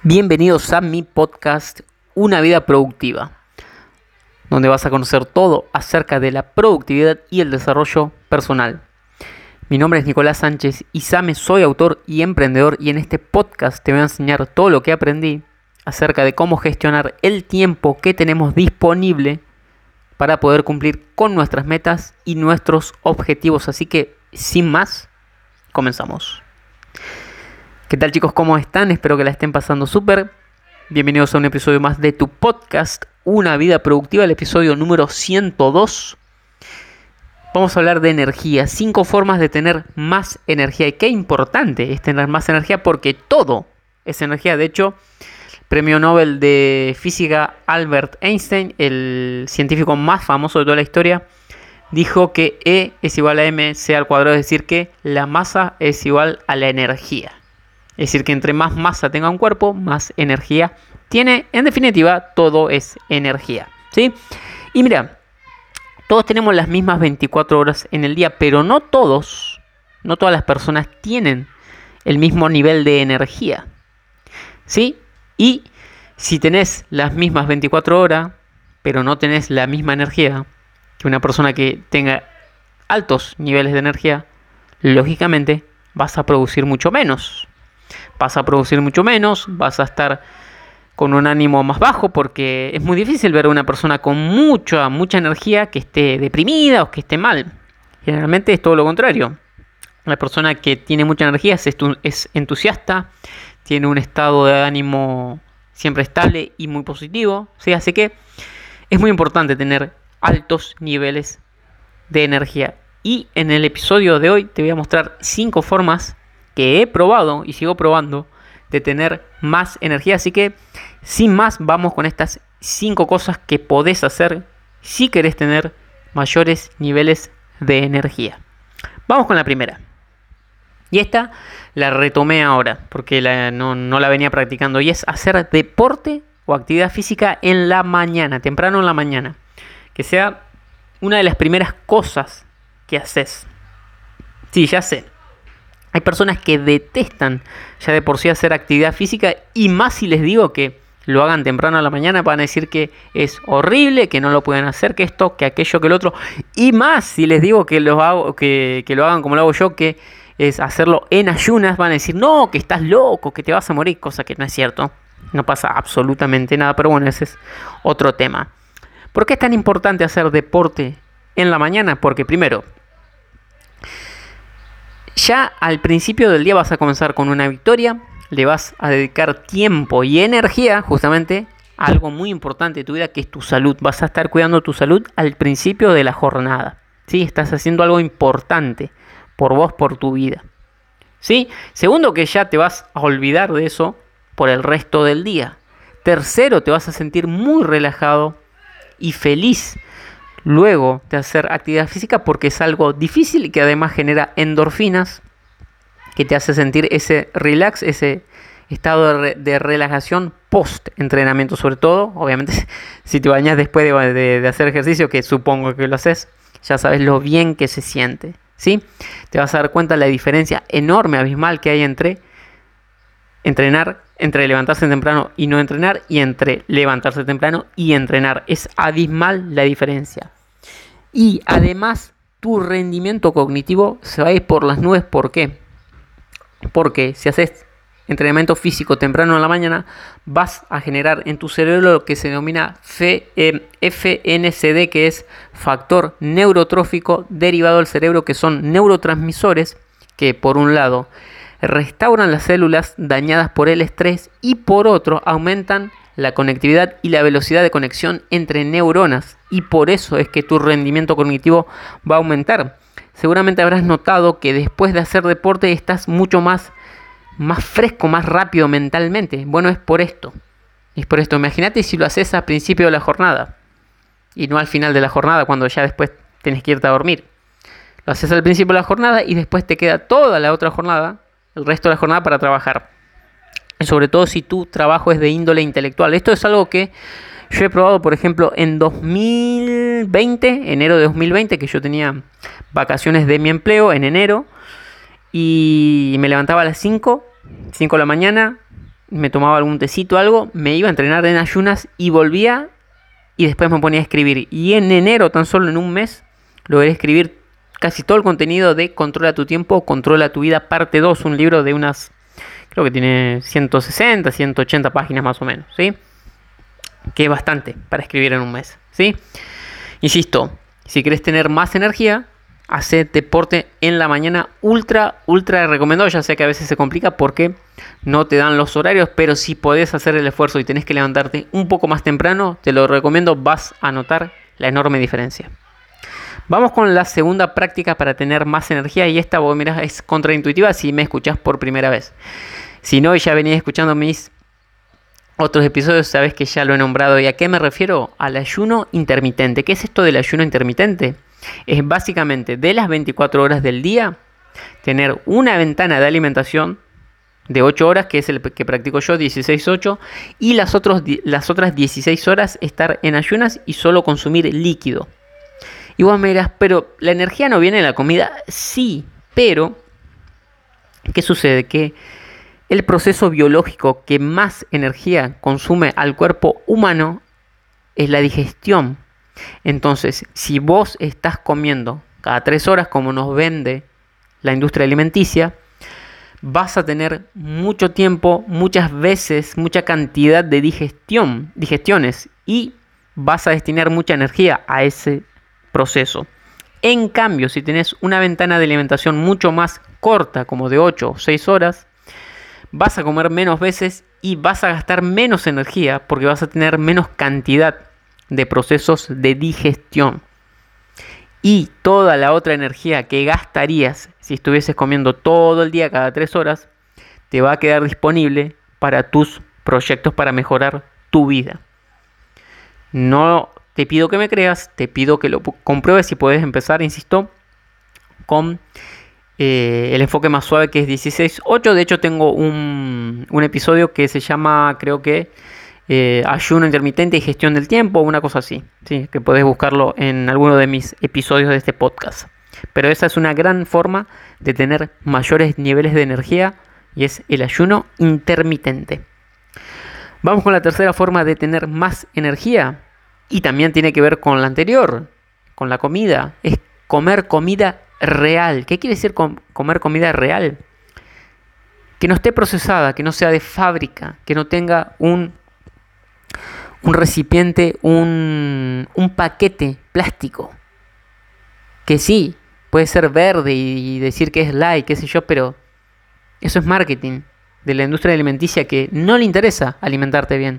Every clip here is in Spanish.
Bienvenidos a mi podcast Una vida productiva, donde vas a conocer todo acerca de la productividad y el desarrollo personal. Mi nombre es Nicolás Sánchez Izame, soy autor y emprendedor, y en este podcast te voy a enseñar todo lo que aprendí acerca de cómo gestionar el tiempo que tenemos disponible para poder cumplir con nuestras metas y nuestros objetivos. Así que, sin más, comenzamos. ¿Qué tal, chicos? ¿Cómo están? Espero que la estén pasando súper. Bienvenidos a un episodio más de tu podcast Una vida productiva, el episodio número 102. Vamos a hablar de energía, 5 formas de tener más energía. Y qué importante es tener más energía, porque todo es energía. De hecho, premio Nobel de Física Albert Einstein, el científico más famoso de toda la historia, dijo que E es igual a mc al cuadrado, es decir, que la masa es igual a la energía. Es decir, que entre más masa tenga un cuerpo, más energía tiene. En definitiva, todo es energía, ¿sí? Y mira, todos tenemos las mismas 24 horas en el día, pero no todas las personas tienen el mismo nivel de energía, ¿sí? Y si tenés las mismas 24 horas, pero no tenés la misma energía que una persona que tenga altos niveles de energía, lógicamente vas a producir mucho menos. Vas a estar con un ánimo más bajo, porque es muy difícil ver a una persona con mucha energía que esté deprimida o que esté mal. Generalmente es todo lo contrario. La persona que tiene mucha energía es entusiasta, tiene un estado de ánimo siempre estable y muy positivo, ¿sí? Así que es muy importante tener altos niveles de energía. Y en el episodio de hoy te voy a mostrar 5 formas que he probado y sigo probando de tener más energía. Así que, sin más, vamos con estas 5 cosas que podés hacer si querés tener mayores niveles de energía. Vamos con la primera. Y esta la retomé ahora porque no la venía practicando, y es hacer deporte o actividad física en la mañana, temprano en la mañana. Que sea una de las primeras cosas que haces. Sí, ya sé. Hay personas que detestan ya de por sí hacer actividad física, y más si les digo que lo hagan temprano a la mañana, van a decir que es horrible, que no lo pueden hacer, que esto, que aquello, que el otro. Y más si les digo que lo hagan como lo hago yo, que es hacerlo en ayunas, van a decir, no, que estás loco, que te vas a morir, cosa que no es cierto. No pasa absolutamente nada, pero bueno, ese es otro tema. ¿Por qué es tan importante hacer deporte en la mañana? Porque primero, ya al principio del día vas a comenzar con una victoria, le vas a dedicar tiempo y energía justamente a algo muy importante de tu vida, que es tu salud. Vas a estar cuidando tu salud al principio de la jornada, ¿sí? Estás haciendo algo importante por vos, por tu vida, ¿sí? Segundo, que ya te vas a olvidar de eso por el resto del día. Tercero, te vas a sentir muy relajado y feliz luego de hacer actividad física, porque es algo difícil y que además genera endorfinas, que te hace sentir ese relax, ese estado de relajación post entrenamiento. Sobre todo, obviamente, si te bañas después de hacer ejercicio, que supongo que lo haces, ya sabes lo bien que se siente, ¿sí? Te vas a dar cuenta de la diferencia enorme, abismal, que hay entre levantarse temprano y no entrenar, y entre levantarse temprano y entrenar. Es abismal la diferencia. Y además, tu rendimiento cognitivo se va a ir por las nubes. ¿Por qué? Porque si haces entrenamiento físico temprano en la mañana, vas a generar en tu cerebro lo que se denomina FNCD, que es factor neurotrófico derivado del cerebro, que son neurotransmisores que, por un lado, restauran las células dañadas por el estrés, y por otro, aumentan la conectividad y la velocidad de conexión entre neuronas, y por eso es que tu rendimiento cognitivo va a aumentar. Seguramente habrás notado que después de hacer deporte estás mucho más fresco, más rápido mentalmente. Bueno, es por esto. Imagínate si lo haces al principio de la jornada y no al final de la jornada, cuando ya después tenés que irte a dormir. Lo haces al principio de la jornada y después te queda toda la otra jornada, el resto de la jornada, para trabajar. Sobre todo si tu trabajo es de índole intelectual. Esto es algo que yo he probado, por ejemplo, en 2020, enero de 2020, que yo tenía vacaciones de mi empleo en enero, y me levantaba a las 5 de la mañana, me tomaba algún tecito o algo, me iba a entrenar en ayunas y volvía y después me ponía a escribir. Y en enero, tan solo en un mes, logré escribir casi todo el contenido de Controla tu tiempo, Controla tu vida, parte 2, un libro de unas, creo que tiene 160, 180 páginas más o menos, ¿sí? Que es bastante para escribir en un mes, ¿sí? Insisto, si querés tener más energía, hacer deporte en la mañana, ultra recomendado. Ya sé que a veces se complica porque no te dan los horarios, pero si podés hacer el esfuerzo y tenés que levantarte un poco más temprano, te lo recomiendo, vas a notar la enorme diferencia. Vamos con la segunda práctica para tener más energía, y esta, vos mirás, es contraintuitiva si me escuchás por primera vez. Si no, ya venís escuchando mis otros episodios, sabes que ya lo he nombrado. ¿Y a qué me refiero? Al ayuno intermitente. ¿Qué es esto del ayuno intermitente? Es básicamente de las 24 horas del día tener una ventana de alimentación de 8 horas, que es el que practico yo, 16-8, y las otras 16 horas estar en ayunas y solo consumir líquido. Y vos me dirás, pero ¿la energía no viene de la comida? Sí, pero ¿qué sucede? Que el proceso biológico que más energía consume al cuerpo humano es la digestión. Entonces, si vos estás comiendo cada 3 horas, como nos vende la industria alimenticia, vas a tener mucho tiempo, muchas veces, mucha cantidad de digestiones, y vas a destinar mucha energía a ese proceso. En cambio, si tenés una ventana de alimentación mucho más corta, como de 8 o 6 horas, vas a comer menos veces y vas a gastar menos energía porque vas a tener menos cantidad de procesos de digestión. Y toda la otra energía que gastarías si estuvieses comiendo todo el día cada 3 horas, te va a quedar disponible para tus proyectos para mejorar tu vida. No te pido que me creas, te pido que lo compruebes y puedes empezar, insisto, con el enfoque más suave, que es 16-8. De hecho, tengo un episodio que se llama, creo que, ayuno intermitente y gestión del tiempo, una cosa así, ¿sí? Que podés buscarlo en alguno de mis episodios de este podcast. Pero esa es una gran forma de tener mayores niveles de energía, y es el ayuno intermitente. Vamos con la tercera forma de tener más energía, y también tiene que ver con la anterior, con la comida. Es comer comida real. ¿Qué quiere decir comer comida real? Que no esté procesada, que no sea de fábrica, que no tenga un recipiente, un paquete plástico. Que sí, puede ser verde y decir que es light, qué sé yo, pero eso es marketing de la industria alimenticia, que no le interesa alimentarte bien.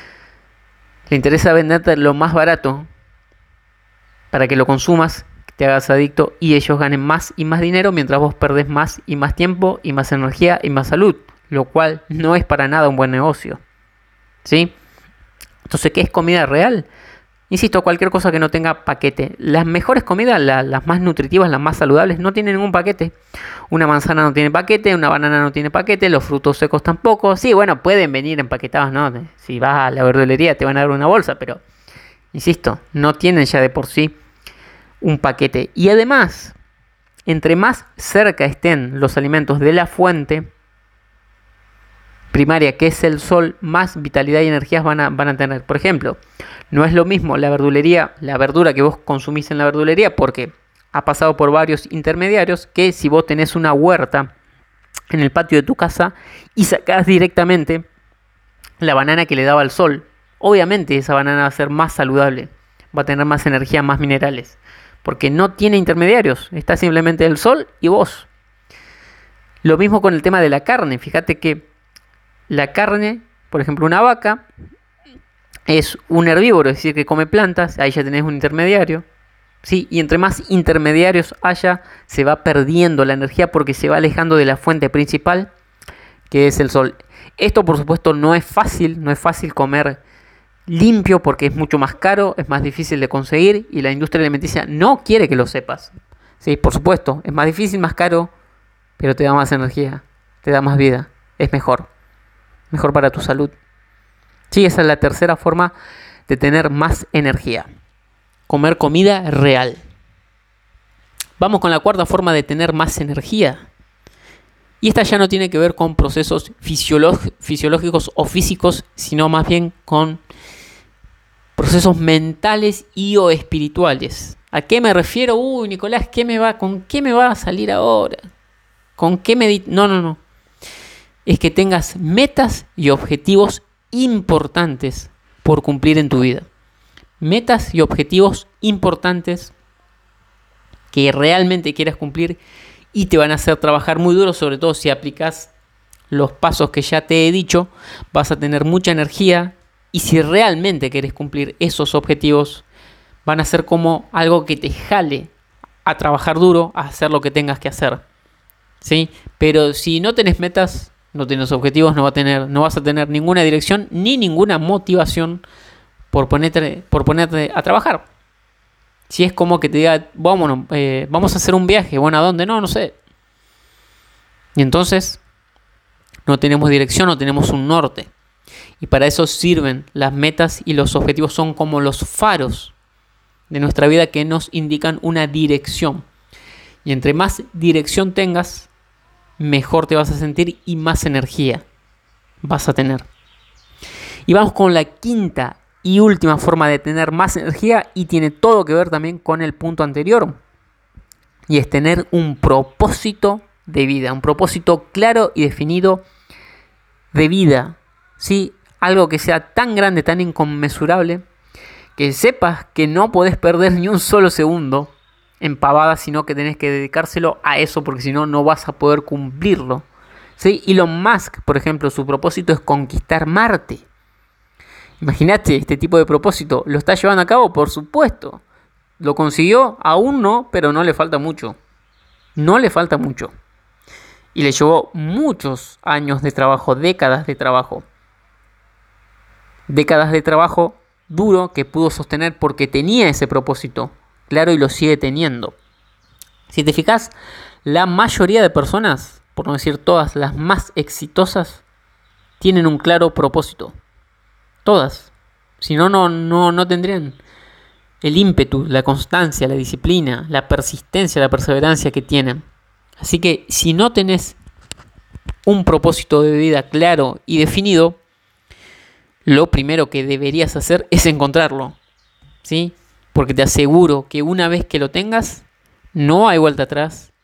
Le interesa venderte lo más barato para que lo consumas, te hagas adicto y ellos ganen más y más dinero, mientras vos perdés más y más tiempo y más energía y más salud, lo cual no es para nada un buen negocio, ¿sí? Entonces, ¿qué es comida real? Insisto, cualquier cosa que no tenga paquete. Las mejores comidas, las más nutritivas, las más saludables, no tienen ningún paquete. Una manzana no tiene paquete, una banana no tiene paquete, los frutos secos tampoco. Sí, bueno, pueden venir empaquetados, ¿no? Si vas a la verdulería te van a dar una bolsa, pero, insisto, no tienen ya de por sí un paquete. Y además, entre más cerca estén los alimentos de la fuente primaria, que es el sol, más vitalidad y energías van a tener. Por ejemplo, no es lo mismo la verdura que vos consumís en la verdulería, porque ha pasado por varios intermediarios, que si vos tenés una huerta en el patio de tu casa y sacás directamente la banana que le daba el sol. Obviamente esa banana va a ser más saludable, va a tener más energía, más minerales, porque no tiene intermediarios, está simplemente el sol y vos. Lo mismo con el tema de la carne. Fíjate que la carne, por ejemplo, una vaca es un herbívoro, es decir, que come plantas. Ahí ya tenés un intermediario, ¿sí? Y entre más intermediarios haya, se va perdiendo la energía porque se va alejando de la fuente principal, que es el sol. Esto, por supuesto, no es fácil comer limpio, porque es mucho más caro, es más difícil de conseguir, y la industria alimenticia no quiere que lo sepas. Sí, por supuesto, es más difícil, más caro, pero te da más energía, te da más vida, es mejor para tu salud. Sí, esa es la tercera forma de tener más energía: comer comida real. Vamos con la cuarta forma de tener más energía, Y esta ya no tiene que ver con procesos fisiológicos o físicos, sino más bien con procesos mentales y o espirituales. ¿A qué me refiero? Nicolás, ¿con qué me va a salir ahora? ¿Con qué No. Es que tengas metas y objetivos importantes por cumplir en tu vida. Metas y objetivos importantes que realmente quieras cumplir y te van a hacer trabajar muy duro, sobre todo si aplicas los pasos que ya te he dicho, vas a tener mucha energía y si realmente quieres cumplir esos objetivos, van a ser como algo que te jale a trabajar duro, a hacer lo que tengas que hacer. ¿Sí? Pero si no tenés metas, no tienes objetivos, no vas a tener ninguna dirección ni ninguna motivación por ponerte a trabajar. Si es como que te diga, vamos a hacer un viaje, bueno, ¿a dónde? No sé. Y entonces no tenemos dirección, no tenemos un norte. Y para eso sirven las metas y los objetivos, son como los faros de nuestra vida que nos indican una dirección. Y entre más dirección tengas, mejor te vas a sentir y más energía vas a tener. Y vamos con la quinta y última forma de tener más energía, y tiene todo que ver también con el punto anterior, y es tener un propósito de vida, un propósito claro y definido de vida, ¿sí? Algo que sea tan grande, tan inconmensurable, que sepas que no podés perder ni un solo segundo en pavadas, sino que tenés que dedicárselo a eso, porque si no, no vas a poder cumplirlo, ¿sí? Elon Musk, por ejemplo, su propósito es conquistar Marte. Imagínate este tipo de propósito. ¿Lo está llevando a cabo? Por supuesto. ¿Lo consiguió? Aún no, pero no le falta mucho. No le falta mucho. Y le llevó muchos años de trabajo, décadas de trabajo. Décadas de trabajo duro que pudo sostener porque tenía ese propósito claro y lo sigue teniendo. Si te fijas, la mayoría de personas, por no decir todas, las más exitosas, tienen un claro propósito. Todas. Si no, no tendrían el ímpetu, la constancia, la disciplina, la persistencia, la perseverancia que tienen. Así que si no tenés un propósito de vida claro y definido, lo primero que deberías hacer es encontrarlo, ¿sí? Porque te aseguro que una vez que lo tengas, no hay vuelta atrás,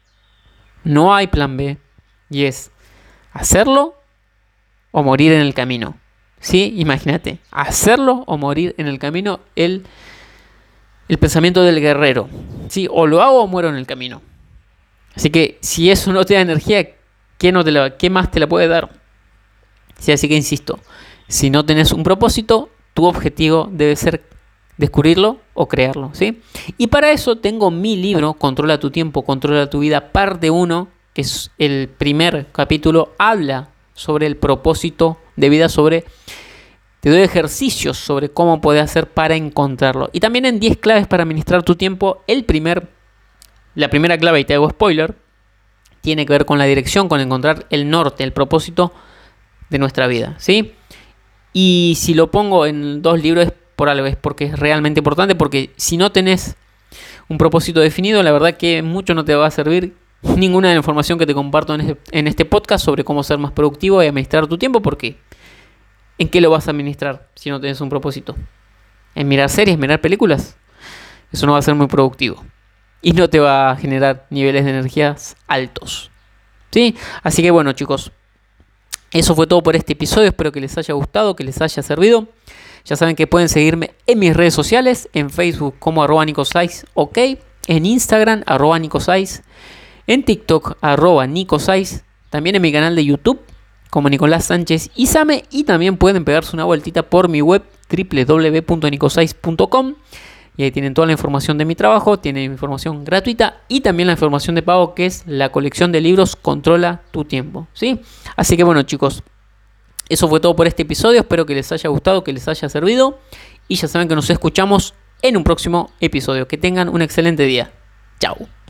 no hay plan B, y es hacerlo o morir en el camino. ¿Sí? Imagínate, hacerlo o morir en el camino, el pensamiento del guerrero. ¿Sí? O lo hago o muero en el camino. Así que si eso no te da energía, ¿qué más te la puede dar? ¿Sí? Así que insisto, si no tenés un propósito, tu objetivo debe ser descubrirlo o crearlo, ¿sí? Y para eso tengo mi libro, Controla tu tiempo, controla tu vida, parte 1, que es el primer capítulo, habla sobre el propósito de vida, te doy ejercicios sobre cómo puedes hacer para encontrarlo. Y también en 10 claves para administrar tu tiempo. La primera clave, y te hago spoiler, tiene que ver con la dirección, con encontrar el norte, el propósito de nuestra vida, ¿sí? Y si lo pongo en 2 libros es por algo, es porque es realmente importante, porque si no tenés un propósito definido, la verdad que mucho no te va a servir ninguna de la información que te comparto en este podcast sobre cómo ser más productivo y administrar tu tiempo, porque ¿en qué lo vas a administrar si no tenés un propósito? ¿En mirar series, mirar películas? Eso no va a ser muy productivo y no te va a generar niveles de energías altos, ¿sí? Así que bueno, chicos, eso fue todo por este episodio. Espero que les haya gustado, que les haya servido. Ya saben que pueden seguirme en mis redes sociales, en Facebook como @nicosaiz, ok, en Instagram @nicosaiz, en TikTok @nicosaiz, también en mi canal de YouTube como Nicolás Sánchez Izame, y también pueden pegarse una vueltita por mi web www.nicosaiz.com, y ahí tienen toda la información de mi trabajo, tienen información gratuita y también la información de pago, que es la colección de libros Controla tu tiempo, ¿sí? Así que bueno, chicos, eso fue todo por este episodio. Espero que les haya gustado, que les haya servido, y ya saben que nos escuchamos en un próximo episodio. Que tengan un excelente día. Chao.